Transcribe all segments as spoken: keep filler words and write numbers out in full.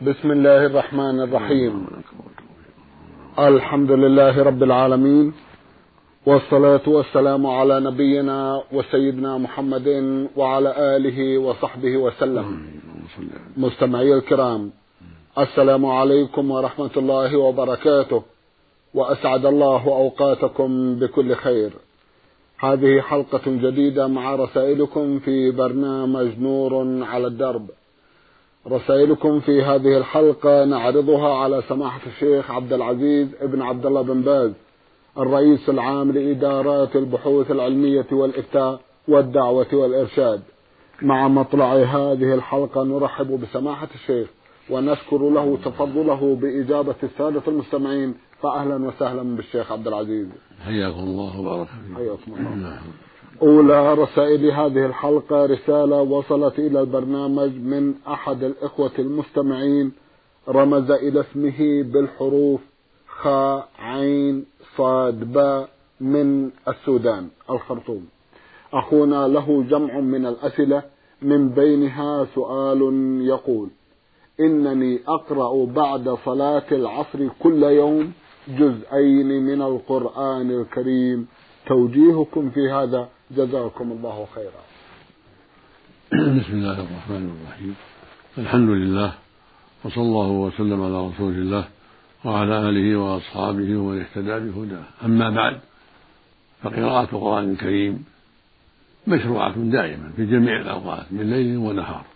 بسم الله الرحمن الرحيم. الحمد لله رب العالمين، والصلاة والسلام على نبينا وسيدنا محمد وعلى آله وصحبه وسلم. مستمعي الكرام، السلام عليكم ورحمة الله وبركاته، وأسعد الله أوقاتكم بكل خير. هذه حلقة جديدة مع رسائلكم في برنامج نور على الدرب. رسائلكم في هذه الحلقة نعرضها على سماحة الشيخ عبد العزيز ابن عبد الله بن باز، الرئيس العام لإدارات البحوث العلمية والإفتاء والدعوة والإرشاد. مع مطلع هذه الحلقة نرحب بسماحة الشيخ ونشكر له تفضله بإجابة السادة المستمعين، فأهلا وسهلا بالشيخ عبد العزيز. حياكم الله وبارك فيكم. حياكم الله. أولى رسائل هذه الحلقة رسالة وصلت إلى البرنامج من أحد الإخوة المستمعين، رمز إلى اسمه بالحروف خاء عين صاد باء من السودان الخرطوم. أخونا له جمع من الأسئلة، من بينها سؤال يقول: إنني أقرأ بعد صلاة العصر كل يوم جزئين من القرآن الكريم، توجيهكم في هذا جزاكم الله خيرا. بسم الله الرحمن الرحيم. الحمد لله، وصلى الله وسلم على رسول الله وعلى آله وأصحابه ومن اهتدى بهداه. أما بعد، فقراءة القرآن الكريم مشروعة دائما في جميع الأوقات من ليل ونهار،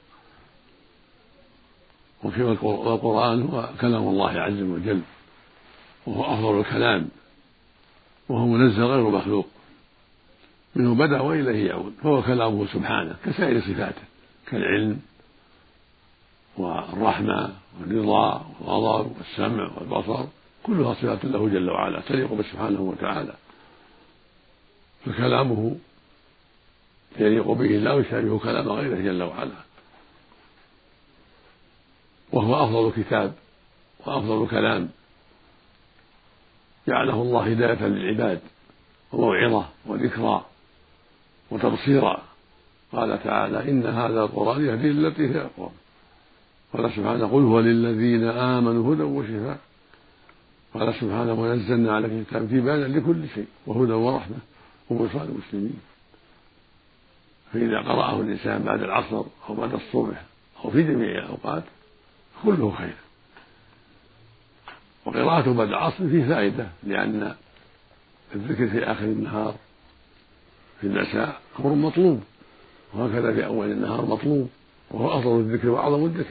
والقرآن هو كلام الله عز وجل، وهو أفضل الكلام، وهو منزل غير مخلوق، منه بدأ وإليه يعود، فهو كلامه سبحانه كسائر صفاته، كالعلم والرحمة والرضا والغضب والسمع والبصر، كلها صفات له جل وعلا تليق به سبحانه وتعالى، فكلامه يليق به لا يشابه كلام غيره جل وعلا، وهو أفضل كتاب وأفضل كلام جعله الله هداية للعباد وموعظة وذكرى وتبصيرا. قال تعالى: إن هذا القرآن يهدي للتي هي أقوم. قال سبحانه: قل هو للذين آمنوا هدى وشفاء. قال سبحانه: ونزلنا عليك الكتاب تبيانا لكل شيء وهدى ورحمة وبشرى للمسلمين. فإذا قرأه الإنسان بعد العصر أو بعد الصبح أو في جميع الأوقات كله خير. وقراءته بعد العصر فيه فائدة، لأن الذكر في آخر النهار في المساء أمر مطلوب، وهكذا في أول النهار مطلوب، وهو أفضل الذكر وأعظم الذكر.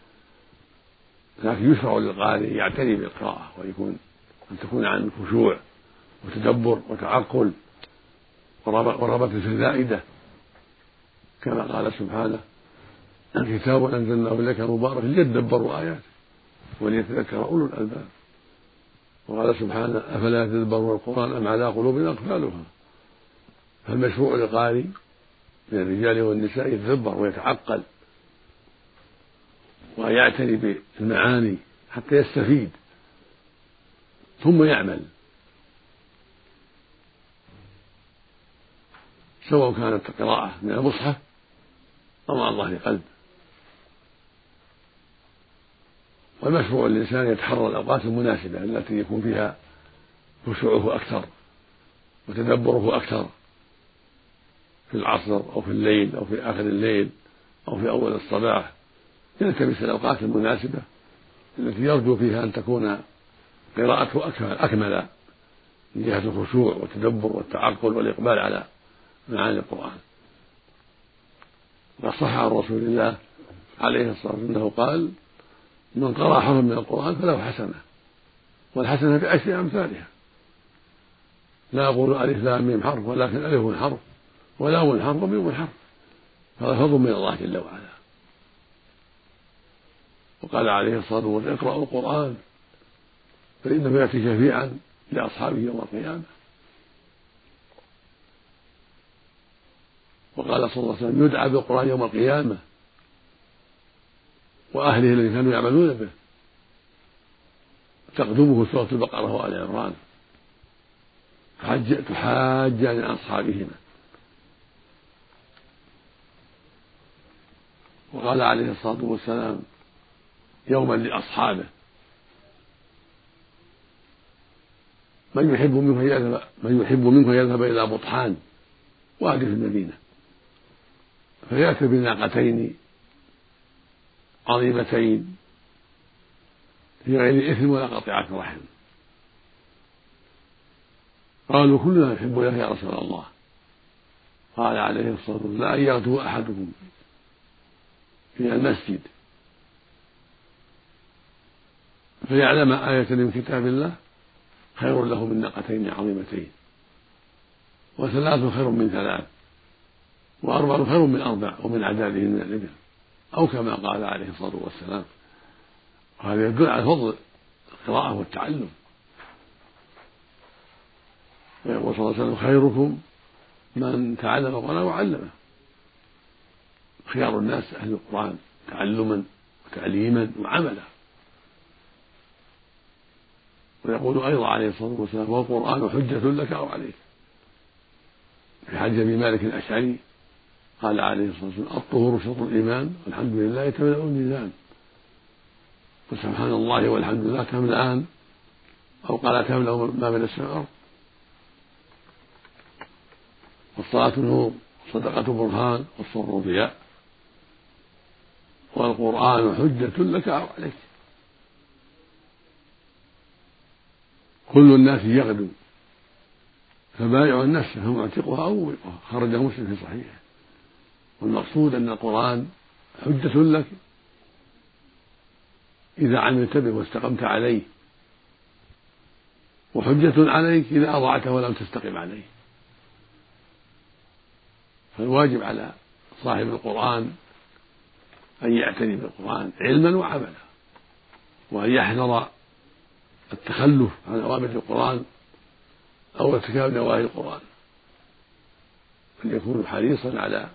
لكن يشرع للقارئ يعتني بالقراءة، ويكون أن تكون عن خشوع وتدبر وتعقل ورغبة في الفائدة، كما قال سبحانه: كتاب أنزلناه إليك مبارك ليدبروا آياته وليتذكر أولو الألباب. وقال سبحانه: أفلا يتدبرون القرآن أم على قلوب أقفالها. فالمشروع للقارئ من الرجال والنساء يتدبر ويتعقل ويعتني بالمعاني حتى يستفيد، ثم يعمل، سواء كانت قراءة من المصحف أو عن ظهر قلب. والمشروع الإنسان يتحرى الأوقات المناسبة التي يكون فيها خشوعه أكثر وتدبره أكثر، في العصر أو في الليل أو في آخر الليل أو في أول الصباح، يلتمس الأوقات المناسبة التي يرجو فيها أن تكون قراءته أكمل من جهة الخشوع والتدبر والتعقل والإقبال على معاني القرآن. وقد صح عن رسول الله عليه الصلاة والسلام أنه قال: من قرأ حرفا من القرآن فله حسنة، والحسنة بعشر أمثالها. لا أقول ألف لام ميم حرف، ولكن ألف حرف ولام حرف وميم حرف، هذا فضل من الله جل وعلا. وقال عليه الصلاة والسلام: اقرأوا القرآن فإنه يأتي شفيعا لأصحابه يوم القيامة. وقال صلى الله عليه وسلم: يدعى بالقرآن يوم القيامة وأهله الذين كانوا يعملون به، تقدمه سورة البقرة وآل عمران تحاجان عن أصحابهما. وقال عليه الصلاة والسلام: يوما لأصحابه من يحب منكم يذهب من يحب منكم يذهب إلى بطحان وادي في المدينة فيأتي بناقتين عظيمتين في غير إثم ولا قطيعة رحم. قالوا كلنا نحب له يا رسول الله. قال عليه الصلاة والسلام لا أن يغدو أحدكم في المسجد فيعلم آية من كتاب الله خير له من ناقتين عظيمتين، وثلاث خير من ثلاث، وأربع خير من أربع، ومن عداده من الإبل، أو كما قال عليه الصلاة والسلام. وهذا يدل على فضل القراءة والتعلم. ويقول صلى الله عليه وسلم خيركم من تعلم القرآن وعلمه. خيار الناس أهل القرآن تعلما وتعليما وعملا. ويقول أيضا عليه الصلاة والسلام والقرآن حجة لك أو عليك. في حديث أبي مالك الأشعري قال عليه الصلاة والسلام الطهور شطر الإيمان والحمد لله تملأ الميزان. وسبحان الله والحمد لله تملأان، أو قال تملأ ما بين السماء والأرض. والصلاة نور، والصدقة برهان، والصبر ضياء، والقرآن حجة لك أو عليك. كل الناس يغدو فبايع نفسه فمعتقها أو موبقها. خرجه مسلم في صحيحه. والمقصود أن القرآن حجة لك إذا عملت به واستقمت عليه، وحجة عليك إذا أضعته ولم تستقم عليه. فالواجب على صاحب القرآن أن يعتني بالقرآن علما وعملا، وأن يحذر التخلف عن أوامر القرآن أو ارتكاب نواهي القرآن، أن يكون حريصا على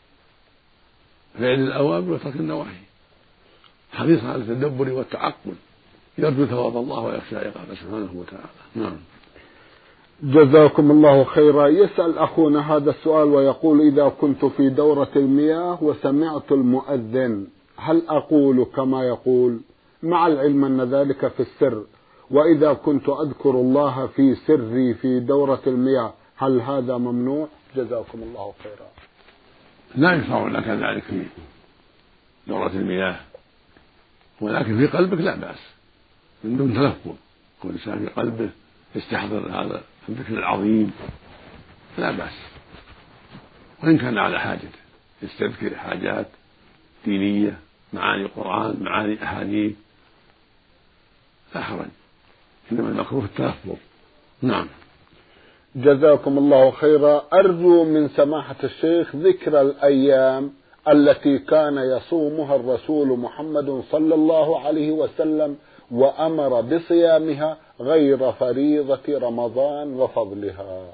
فعل الأوامر وترك النواهي، حريصا على التدبر والتعقل، يرجو ثواب الله ويخشى عقابه سبحانه وتعالى. نعم. جزاكم الله خيرا. يسأل أخونا هذا السؤال ويقول إذا كنت في دورة المياه وسمعت المؤذن هل أقول كما يقول، مع العلم أن ذلك في السر، وإذا كنت أذكر الله في سري في دورة المياه هل هذا ممنوع؟ جزاكم الله خيرا. لا يشرع لك ذلك في دورة المياه، ولكن في قلبك لا بأس من دون تلفظ. كل إنسان في قلبه يستحضر هذا الذكر العظيم لا بأس، وإن كان على حاجته يستذكر حاجات دينية، معاني القرآن، معاني أحاديث، لا حرج، إنما المكروه التلفظ. نعم. جزاكم الله خيرا. أرجو من سماحة الشيخ ذكر الأيام التي كان يصومها الرسول محمد صلى الله عليه وسلم وأمر بصيامها غير فريضة رمضان وفضلها.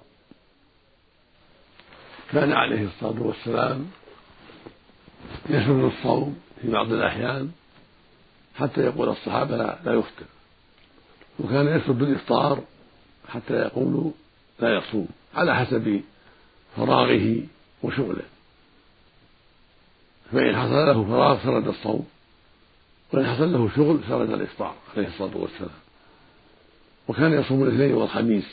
كان عليه الصلاة والسلام يسن الصوم في بعض الأحيان حتى يقول الصحابة لا, لا يفطر، وكان يسن بالإفطار حتى يقولوا لا يصوم، على حسب فراغه وشغله. فإن حصل له فراغ سرد الصوم، وإن حصل له شغل سرد الإفطار عليه الصلاة والسلام. وكان يصوم الاثنين والخميس،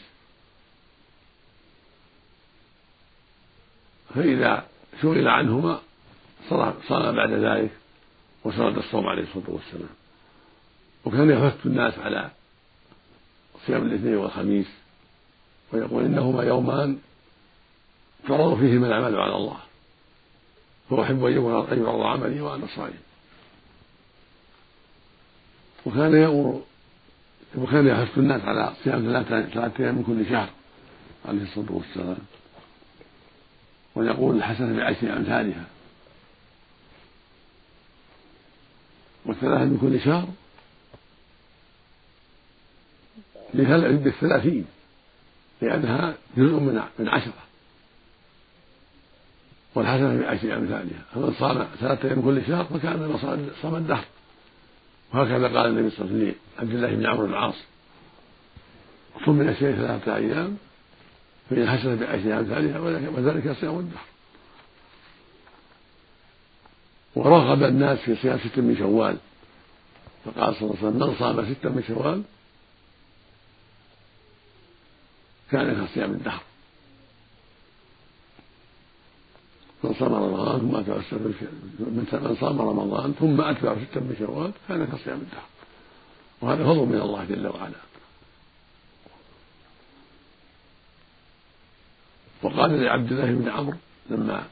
فإذا شغل عنهما صام بعد ذلك وسرد الصوم عليه الصلاة والسلام. وكان يحث الناس على صيام الاثنين والخميس، ويقول إنهما يومان تعرض فيهما الأعمال على الله، فأحب أن يعرض عملي وأنا صائم. وكان يأمر وكان يحث الناس على صيام ثلاثة أيام من كل شهر عليه الصلاة والسلام، ويقول الحسنة بعشر أمثالها، والثلاثة من كل شهر بالثلاثين، لأنها جزء من عشرة، والحسنة بعشر أمثالها. فمن صام ثلاثة أيام من كل شهر فكان صام الدهر. وهكذا قال النبي صلى الله عليه وسلم لعبد الله بن عمرو بن العاص صم من الشيء ثلاثة أيام فإن الحسنة بعشر أمثالها وذلك صيام الدهر. ورغب الناس في صيام ست من شوال فقال صلى الله عليه وسلم: من صام ستا من شوال كان كصيام الدهر. من صام رمضان ثم أتبع من صام رمضان ثم أتبع ستا من شوال كان كصيام الدهر. وهذا فضل من الله جل وعلا. وقال لعبد الله بن عمرو لما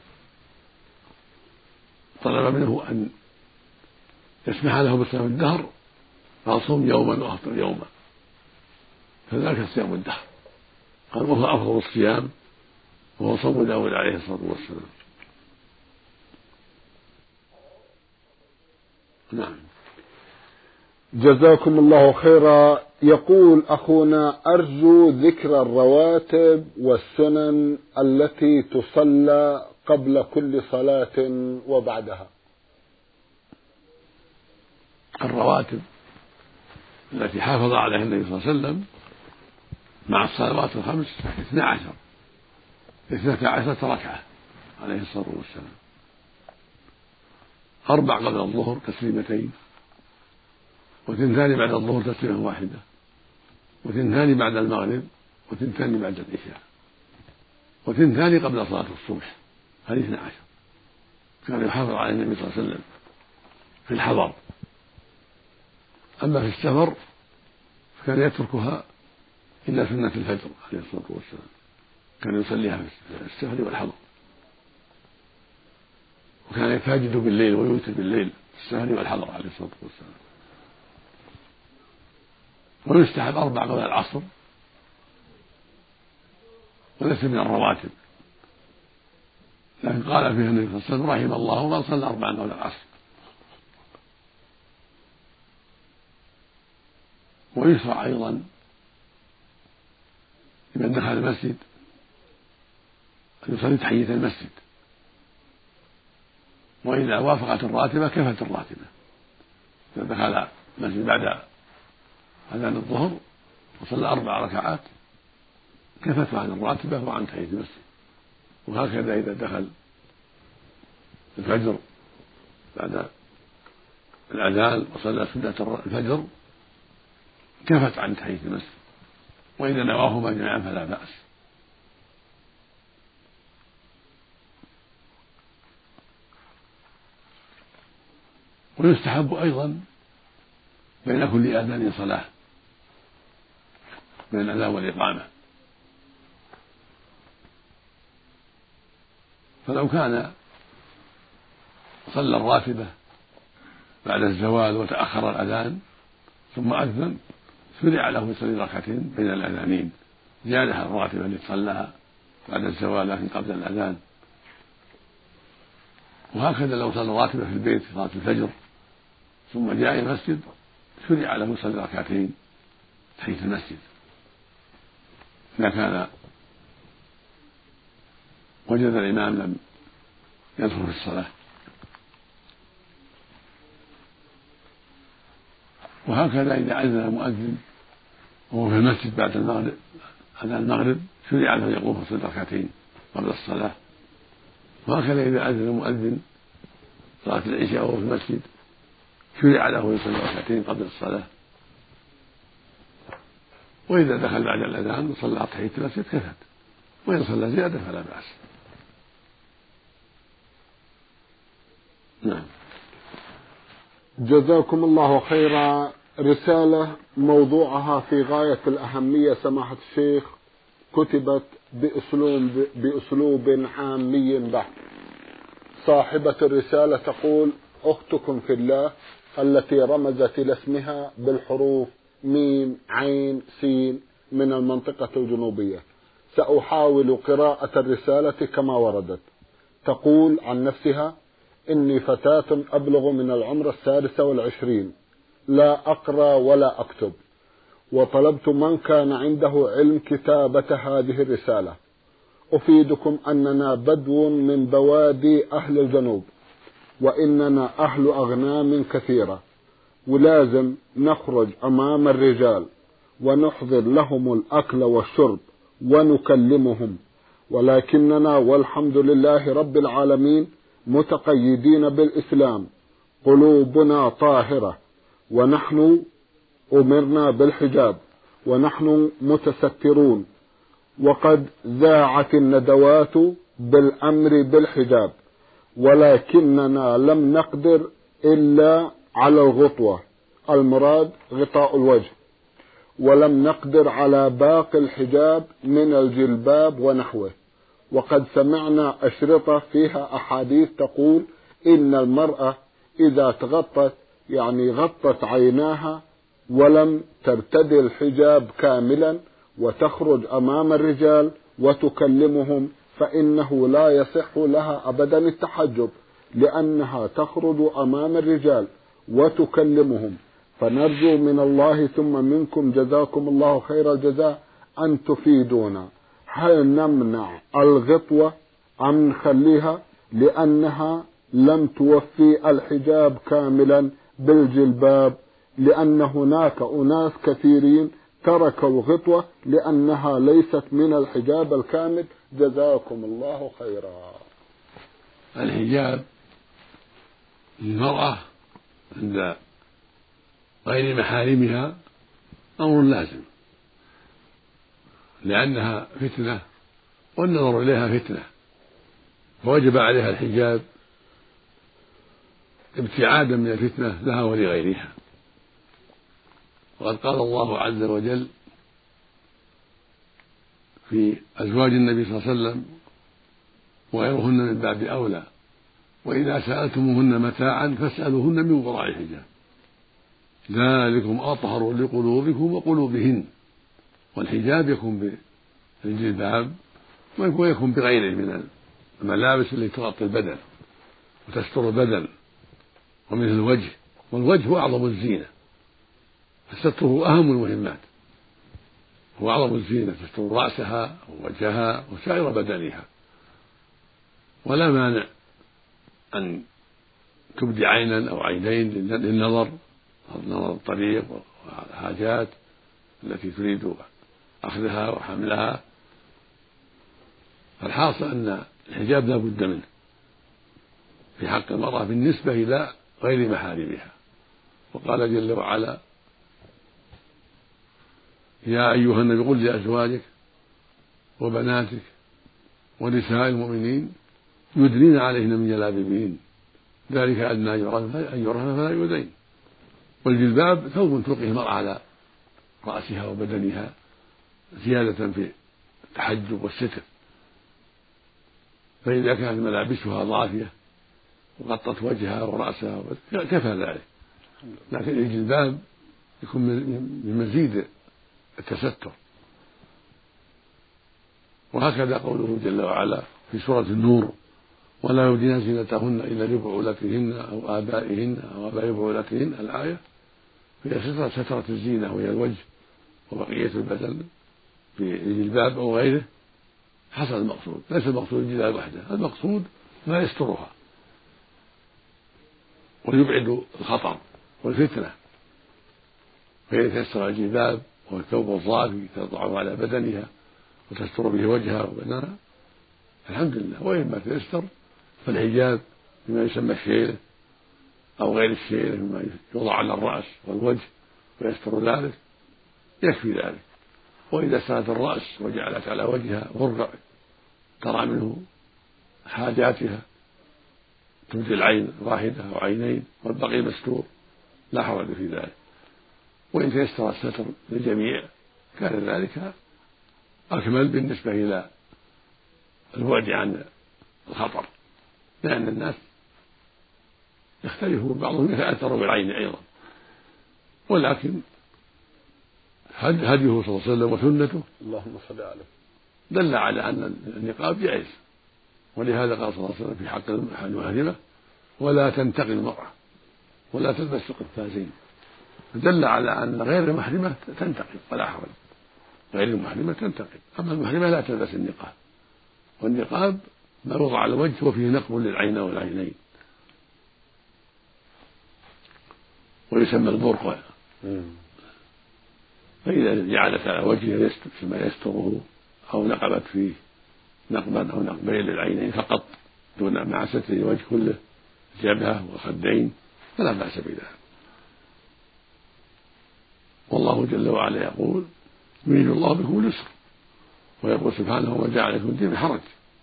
طلب منه أن يسمح له بصيام الدهر: فأصوم يوما وأفطر يوما، فذاك صيام الدهر. قال: وهو أفضل الصيام، وهو صوم داود عليه الصلاة والسلام. نعم. جزاكم الله خيرا. يقول أخونا: أرجو ذكر الرواتب والسنن التي تصلى قبل كل صلاة وبعدها. الرواتب التي حافظ عليها النبي صلى الله عليه وسلم مع الصلوات الخمس اثنا عشر اثنتا عشرة ركعة عليه الصلاة والسلام: أربع قبل الظهر تسليمتين، وثنتان بعد الظهر تسليمة واحدة، وثنتان بعد المغرب، وثنتان بعد العشاء، وثنتان قبل صلاة الصبح. هذه اثنا عشر. كان يحافظ على النبي صلى الله عليه وسلم في الحضر. أما في السفر فكان يتركها إلا سنة الفجر عليه الصلاة والسلام، كان يصليها في السفر والحضر. وكان يتهجد بالليل ويوتر بالليل في السفر والحضر عليه الصلاة والسلام. ويستحب أربع قبل العصر، وليس من الرواتب، لكن قال فيها النبي صلى الله عليه وسلم: رحم الله من صلى أربعا قبل العصر. ويشرع أيضا لمن دخل المسجد أن يصلي تحية المسجد، وإذا وافقت الراتبة كفت الراتبة. إذا دخل المسجد بعد أذان الظهر وصلى أربع ركعات كفت عن الراتبة وعن تحية المسجد. وهكذا إذا دخل الفجر بعد الأذان وصلى سنة الفجر كفت عن تحية المسجد، وإذا نواهما جميعا فلا بأس. ويستحب أيضا بين كل أذان صلاة، بين الأذان والإقامة. فلو كان صلى الراتبة بعد الزوال وتأخر الأذان ثم أذن شرع له يصلي ركعتين بين الأذانين زيادة على الراتبة التي صلاها بعد الزوال لكن قبل الأذان. وهكذا لو صلى الراتبة في البيت في صلاة الفجر ثم جاء المسجد شرع له يصلي ركعتين تحية المسجد إذا كان وجد الإمام لم يدخل في الصلاة. وهكذا إذا أذن المؤذن وهو في المسجد بعد المغرب أذان المغرب شرع له يقوم في ركعتين قبل الصلاة. وهكذا إذا أذن المؤذن صلاة العشاء وهو في المسجد شرع له يصلي ركعتين قبل الصلاة. وإذا دخل بعد الأذان وصلى تحية المسجد كفت، وإن صلى زيادة فلا بأس. نعم. جزاكم الله خيرا. رسالة موضوعها في غاية الأهمية سماحة الشيخ، كتبت بأسلوب, بأسلوب عامي بحت. صاحبة الرسالة تقول: أختكم في الله التي رمزت إلى اسمها بالحروف ميم عين سين من المنطقة الجنوبية. سأحاول قراءة الرسالة كما وردت. تقول عن نفسها: إني فتاة أبلغ من العمر السادسة والعشرين، لا أقرأ ولا أكتب، وطلبت من كان عنده علم كتابة هذه الرسالة. أفيدكم أننا بدو من بوادي أهل الجنوب، وإننا أهل أغنام كثيرة، ولازم نخرج أمام الرجال ونحضر لهم الأكل والشرب ونكلمهم، ولكننا والحمد لله رب العالمين متقيدين بالإسلام، قلوبنا طاهرة، ونحن أمرنا بالحجاب ونحن متسترون، وقد ذاعت الندوات بالأمر بالحجاب، ولكننا لم نقدر إلا على الغطوة، المراد غطاء الوجه، ولم نقدر على باقي الحجاب من الجلباب ونحوه. وقد سمعنا أشرطة فيها أحاديث تقول إن المرأة إذا تغطت يعني غطت عيناها ولم ترتدي الحجاب كاملا وتخرج أمام الرجال وتكلمهم، فإنه لا يصح لها أبدا التحجب، لأنها تخرج أمام الرجال وتكلمهم. فنرجو من الله ثم منكم جزاكم الله خير الجزاء أن تفيدونا، هل نمنع الغطوة أم نخليها، لأنها لم توفي الحجاب كاملا بالجلباب، لأن هناك أناس كثيرين تركوا الغطوة لأنها ليست من الحجاب الكامل. جزاكم الله خيرا. الحجاب للمرأة عند غير محارمها أمر لازم، لأنها فتنة والنظر إليها فتنة، فوجب عليها الحجاب ابتعادا من الفتنة لها ولغيرها. وقد قال الله عز وجل في أزواج النبي صلى الله عليه وسلم وغيرهن من باب أولى: وإذا سألتموهن متاعا فاسألوهن من وراء حجاب ذلكم أطهر لقلوبكم وقلوبهن. والحجاب يكون بالجلباب ويكون بغيره من الملابس التي تغطي البدن وتستر البدن، ومنه الوجه، والوجه هو أعظم الزينة، فستره أهم المهمات، هو أعظم الزينة، تستر رأسها ووجهها وسائر بدنها. ولا مانع أن تبدي عينا أو عينين للنظر، نظر الطريق والحاجات التي تريد أخذها وحملها. فالحاصل أن الحجاب لا بد منه في حق المرأة بالنسبة إلى غير محارمها. وقال جل وعلا: يا أيها النبي قل لأزواجك وبناتك ونساء المؤمنين يدنين عليهن من جلابيبهن ذلك أدنى أن يعرفن فلا يؤذين. والجلباب ثوب تلقيه المرأة على رأسها وبدنها زيادة في التحجب والستر، فإذا كانت ملابسها ضافية وغطت وجهها ورأسها كفى ذلك. لكن الجلباب يكون من مزيد التستر. وهكذا قوله جل وعلا في سورة النور: ولا يبدين زينتهن إلا لبعولتهن أو آبائهن أو آباء بعولتهن، الآية. فهي سترة سترة الزينة وهي الوجه وبقية البدن بالجلباب أو غيره حسب المقصود. ليس المقصود الجلباب وحده، المقصود ما يسترها ويبعد الخطر والفتنة. فإذا تيسر الجلباب والثوب الضافي تضعه على بدنها وتستر به وجهها وبدنها الحمد لله. وإن ما تيسر فالحجاب بما يسمى الشيلة أو غير الشيلة مما يوضع على الرأس والوجه ويستر ذلك يكفي ذلك. وإذا سالت الرأس وجعلت على وجهها غرة ترى منه حاجاتها تبدي العين واحدة أو عينين والبقي مستور لا حرج في ذلك. وإن تيسر الستر للجميع كان ذلك أكمل بالنسبة إلى البعد عن الخطر، لأن الناس يختلفون، بعضهم يتأثر بالعين أيضا. ولكن هديه صلى الله عليه وسلم وسنته اللهم صل عليه دل على أن النقاب جائز، ولهذا قال صلى الله عليه وسلم في حق المحرمة: ولا تنتقي المرأة ولا تلبس القفازين. فدل على أن غير المحرمة تنتقي ولا حرج، غير المحرمة تنتقي، أما المحرمة لا تلبس النقاب. والنقاب ما يوضع على الوجه وفيه نقب للعين والعينين ويسمى البرقع. فإذا جعلت على وجهه ما يستره أو نقبت فيه نقبا أو نقبين للعينين فقط دون مع ستر الوجه كله، الجبهة والخدين، فلا بأس بذلك. والله جل وعلا يقول يريد الله بكم اليسر، ويقول سبحانه وما جعل لكم الدين من حرج.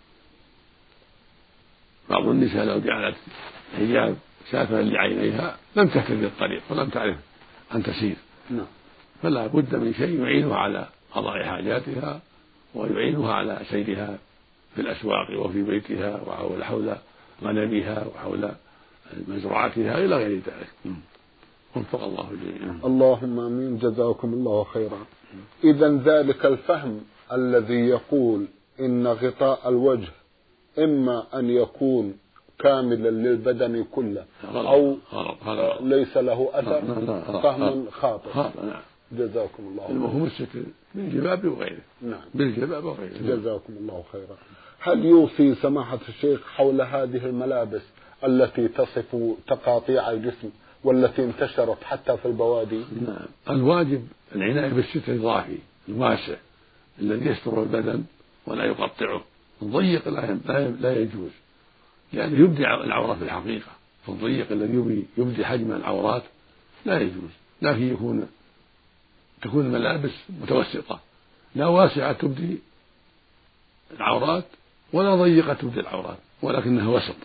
بعض النساء لو جعلت حجاب سافرا لعينيها لم تهتدي الطريق ولم تعرف أن تسير، فلا بد من شيء يعينها على قضاء حاجاتها ويعينها على سيرها في الأسواق وفي بيتها وحول حول غنمها وحول مزرعتها إلى غير ذلك. وفق الله جميعا. اللهم آمين. جزاكم الله خيرا. إذا ذلك الفهم الذي يقول إن غطاء الوجه إما أن يكون كاملا للبدن كله أو ليس له أثر فهم خاطئ. جزاكم الله. المهم الستر بالجباب وغيره. نعم. بالجباب وغيره. جزاكم الله خيرا. هل يوصي سماحة الشيخ حول هذه الملابس التي تصف تقاطيع الجسم والتي انتشرت حتى في البوادي؟ نعم. الواجب العناية بالستر الظاهري الواسع الذي يستر البدن ولا يقطعه. الضيق لا يجوز لأنه يبدي العورة في الحقيقة، فالضيق الذي يبدي حجم العورات لا يجوز، لكن يكون تكون الملابس متوسطة، لا واسعة تبدي العورات ولا ضيقة تبدي العورات، ولكنها وسط.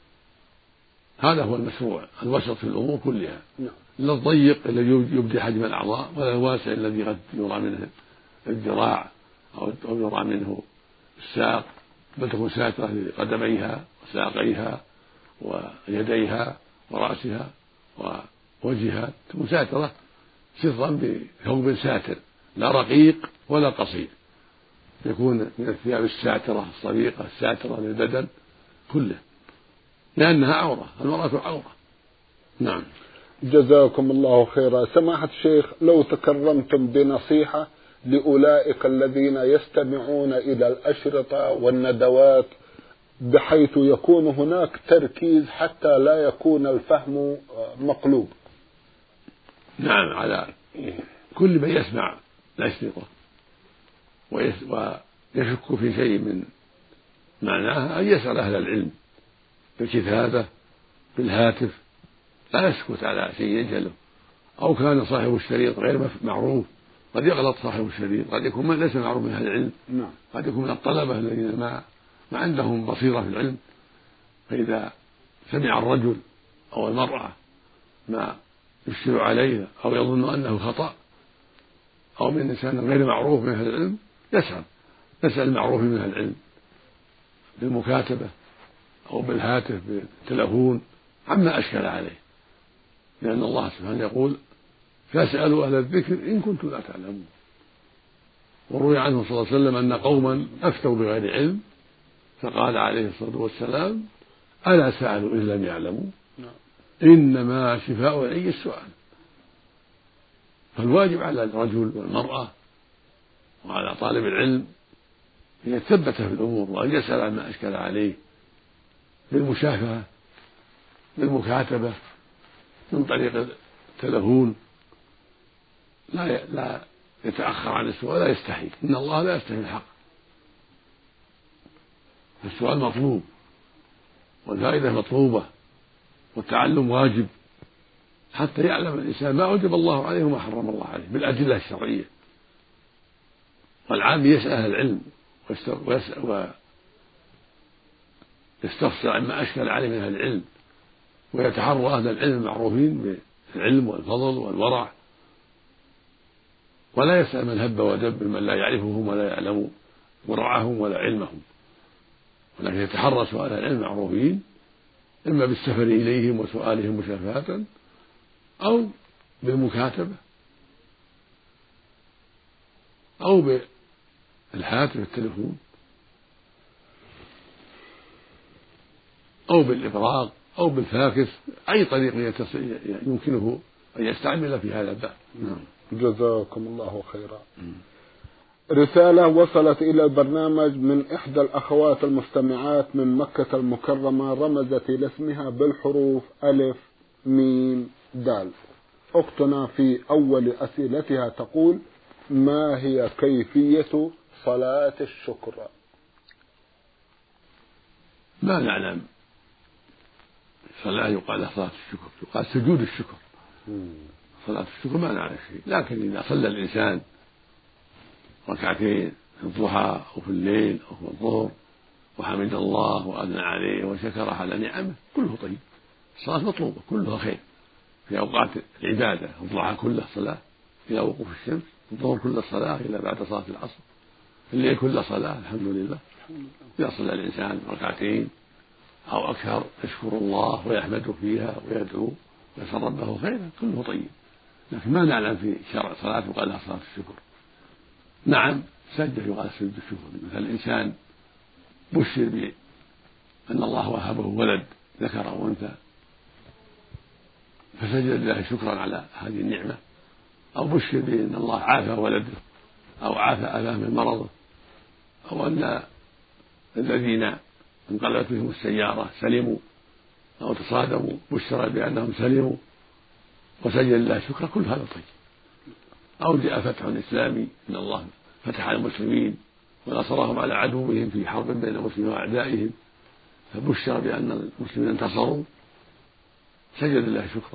هذا هو المشروع، الوسط في الأمور كلها، لا الضيق الذي يبدي حجم الأعضاء ولا الواسع الذي قد يرى منه الذراع أو يرى منه الساق، بل تكون ساترة لقدميها وساقيها ويديها ورأسها ووجهها، تكون ساترة سترا بثوب ساتر لا رقيق ولا قصير، يكون من الثياب الساترة الصديقة الساترة للبدن كله، لأنها عورة، المرأة عورة. نعم. جزاكم الله خيرا. سماحة الشيخ، لو تكرمتم بنصيحة لأولئك الذين يستمعون إلى الأشرطة والندوات بحيث يكون هناك تركيز حتى لا يكون الفهم مقلوب. نعم، على كل من يسمع الأشرطة ويشك في شيء من معناها أن يسأل أهل العلم بالكتابة بالهاتف، لا يسكت على شيء يجهله، أو كان صاحب الشريط غير معروف، قد يغلط صاحب الشريط، قد يكون ليس معروف من أهل العلم، قد يكون من الطلبة الذين ما ما عندهم بصيرة في العلم، فإذا سمع الرجل أو المرأة ما يشكل عليه أو يظن أنه خطأ أو من إنسان غير معروف من أهل العلم يسأل يسأل المعروف من أهل العلم بالمكاتبة أو بالهاتف بالتلفون عما أشكل عليه، لأن الله سبحانه يقول فاسألوا أهل الذكر إن كنتم لا تعلمون. وروي عنه صلى الله عليه وسلم أن قوما أفتوا بغير علم فقال عليه الصلاة والسلام ألا سألوا إن لم يعلموا إنما شفاء العي السؤال. فالواجب على الرجل والمرأة وعلى طالب العلم أن يتثبت في الأمور وأن يسأل عما أشكل عليه بالمشافهة بالمكاتبة من طريق التلفون، لا لا يتأخر عن السؤال ولا يستحي، إن الله لا يستحي الحق، السؤال مطلوب والفائدة مطلوبة والتعلم واجب حتى يعلم الإنسان ما أوجب الله عليه وما حرم الله عليه بالأدلة الشرعية. والعام يسأل أهل العلم ويستفسر عما أشكل عليه من أهل العلم ويتحرى أهل العلم المعروفين بالعلم والفضل والورع، ولا يسأل من هب ودب من لا يعرفهم ولا يعلم ورعهم ولا علمهم، ولكن يتحرى سؤال العلم المعروفين إما بالسفر إليهم وسؤالهم مشافهة أو بالمكاتبة أو بالهاتف التلفون أو بالإبراق أو بالفاكس، أي طريق يمكنه أن يستعمل في هذا الباب. جزاكم الله خيرا. رسالة وصلت إلى البرنامج من إحدى الأخوات المستمعات من مكة المكرمة، رمزت إلى اسمها بالحروف ألف ميم دال. أختنا في أول أسئلتها تقول: ما هي كيفية صلاة الشكر؟ ما نعلم صلاة يقال صلاة الشكر، يقال سجود الشكر، صلاة الشكر ما نعرف شيء، لكن إذا صلى الإنسان ركعتين في الضحى أو في الليل أو في الظهر وحمد الله وأثنى عليه وشكر على نعمه كله طيب. الصلاة مطلوبة كلها خير في أوقات العبادة، الضحى كله صلاة إلى وقوف الشمس، الظهر كله صلاة إلى بعد صلاة العصر، الليل كله صلاة الحمد لله. إذا صلى الإنسان ركعتين أو أكثر يشكر الله ويحمده فيها ويدعو ويسأل ربه خيرا كله طيب، لكن ما نعلم في شرع صلاة يقال لها صلاة الشكر. نعم سجد يقال سجد الشكر، مثل الإنسان بشر بأن الله وهبه ولد ذكر أو أنثى فسجد لله شكرا على هذه النعمة، أو بشر بأن الله عافى ولده أو عافى أباه من مرضه، أو أن الذين انقلبت بهم السيارة سلموا أو تصادموا بشر بأنهم سلموا وسجد لله شكرا، كل هذا طيب. أو جاء فتح إسلامي إن الله فتح على المسلمين ونصرهم على عدوهم في حرب بين المسلمين وأعدائهم فبشر بأن المسلمين انتصروا سجد لله شكرا،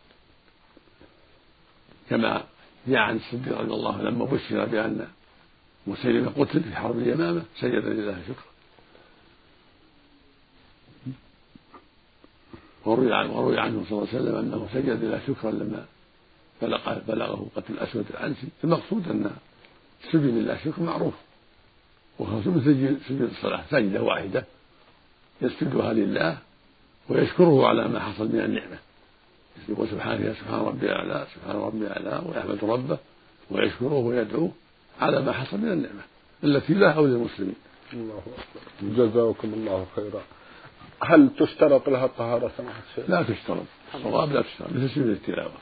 كما جاء عن الصديق رضي الله عنه لما بشر بأن مسيلمة قتل في حرب اليمامة سجد لله شكرا. وروي عنه صلى الله عليه وسلم أنه سجد لله شكرا لما بلغه قتل الأسود العنسي. المقصود أن سجد لله شكر معروف، وهو سجد الصلاة سجدة واحدة يسجدها لله ويشكره على ما حصل من النعمة، يقول سبحانه يا سبحان ربي الأعلى سبحان ربي الأعلى ويحمد ربه ويشكره ويدعوه على ما حصل من النعمة التي له أو للمسلمين. الله أكبر. جزاكم الله خيرا. هل تشترط لها الطهارة سماحة الشيخ؟ لا تشترط، الصواب لا تشترط، مثل سجود التلاوة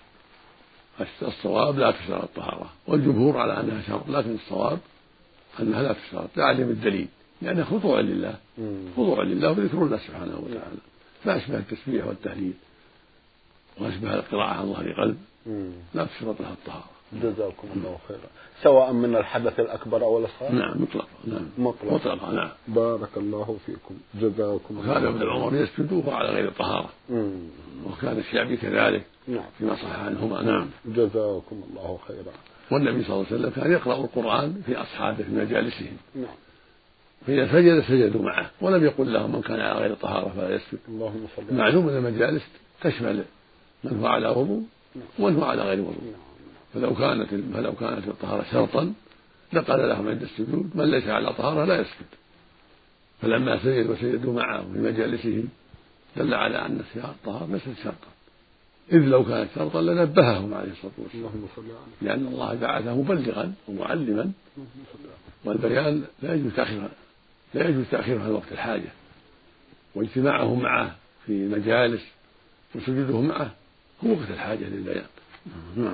الصواب لا تشترط الطهارة، والجمهور على أنها شرط، لكن الصواب أنها لا تشترط لعدم الدليل، لأنها خضوع لله خضوع لله وذكر الله سبحانه وتعالى، فأشبه التسبيح والتهليل وأشبه القراءة عن ظهر قلب لا تشترط لها الطهارة. جزاكم الله خيرا. سواء من الحدث الأكبر أو الأصغر؟ نعم مطلقا. نعم مطلقا. مطلقا. نعم. بارك الله فيكم. جزاكم الله. وكان ابن عمر يسجدوه على غير الطهارة، وكان الشعبي كذلك. نعم. فيما صح عنهما. نعم. جزاكم الله خيرا. والنبي صلى الله عليه وسلم كان يقرأ القرآن في أصحابه في مجالسهم. نعم. فإذا سجد سجدوا معه، ولم يقل لهم من كان على غير الطهارة فلا يسجد. اللهم صل. معلوم أن المجالس تشمل من هو على وضوء ومن هو على غير وضوء. فلو كانت فلو كانت الطهارة شرطا لقال لهم عند السجود من ليس على طهارة لا يسجد، فلما سجدوا وسجدوا معه في مجالسهم دل على أن الطهارة ليست شرطا، إذ لو كانت شرطا لنبههم عليه الصلاة والسلام، لأن الله بعثه مبلغا ومعلما، والبيان لا يجوز تأخيرها لا يجوز تأخيرها عن وقت الحاجة، واجتماعهم معه في مجالس وسجودهم معه هو وقت الحاجة للبيان. نعم.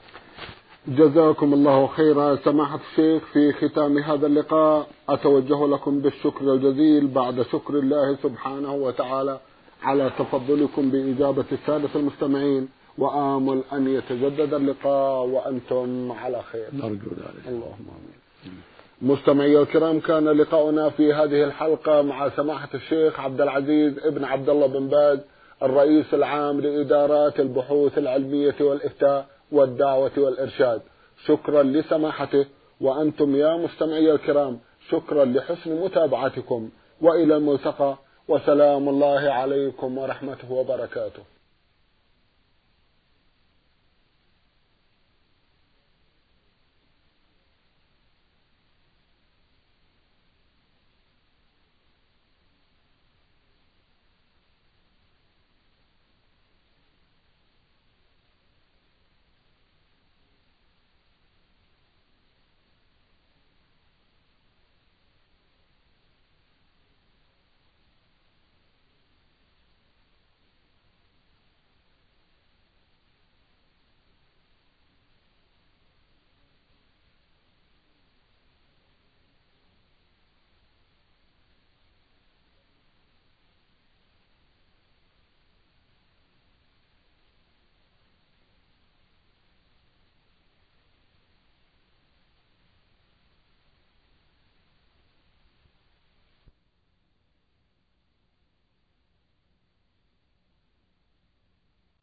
جزاكم الله خيرا. سماحة الشيخ، في ختام هذا اللقاء أتوجه لكم بالشكر الجزيل بعد شكر الله سبحانه وتعالى على تفضلكم بإجابة السادة المستمعين، وآمل أن يتجدد اللقاء وأنتم على خير. نرجو ذلك. اللهم آمين. مستمعي الكرام، كان لقاؤنا في هذه الحلقة مع سماحة الشيخ عبد العزيز ابن عبد الله بن باز، الرئيس العام لإدارات البحوث العلمية والإفتاء والدعوة والإرشاد. شكرا لسماحته، وأنتم يا مستمعي الكرام شكرا لحسن متابعتكم، وإلى الملتقى، وسلام الله عليكم ورحمته وبركاته.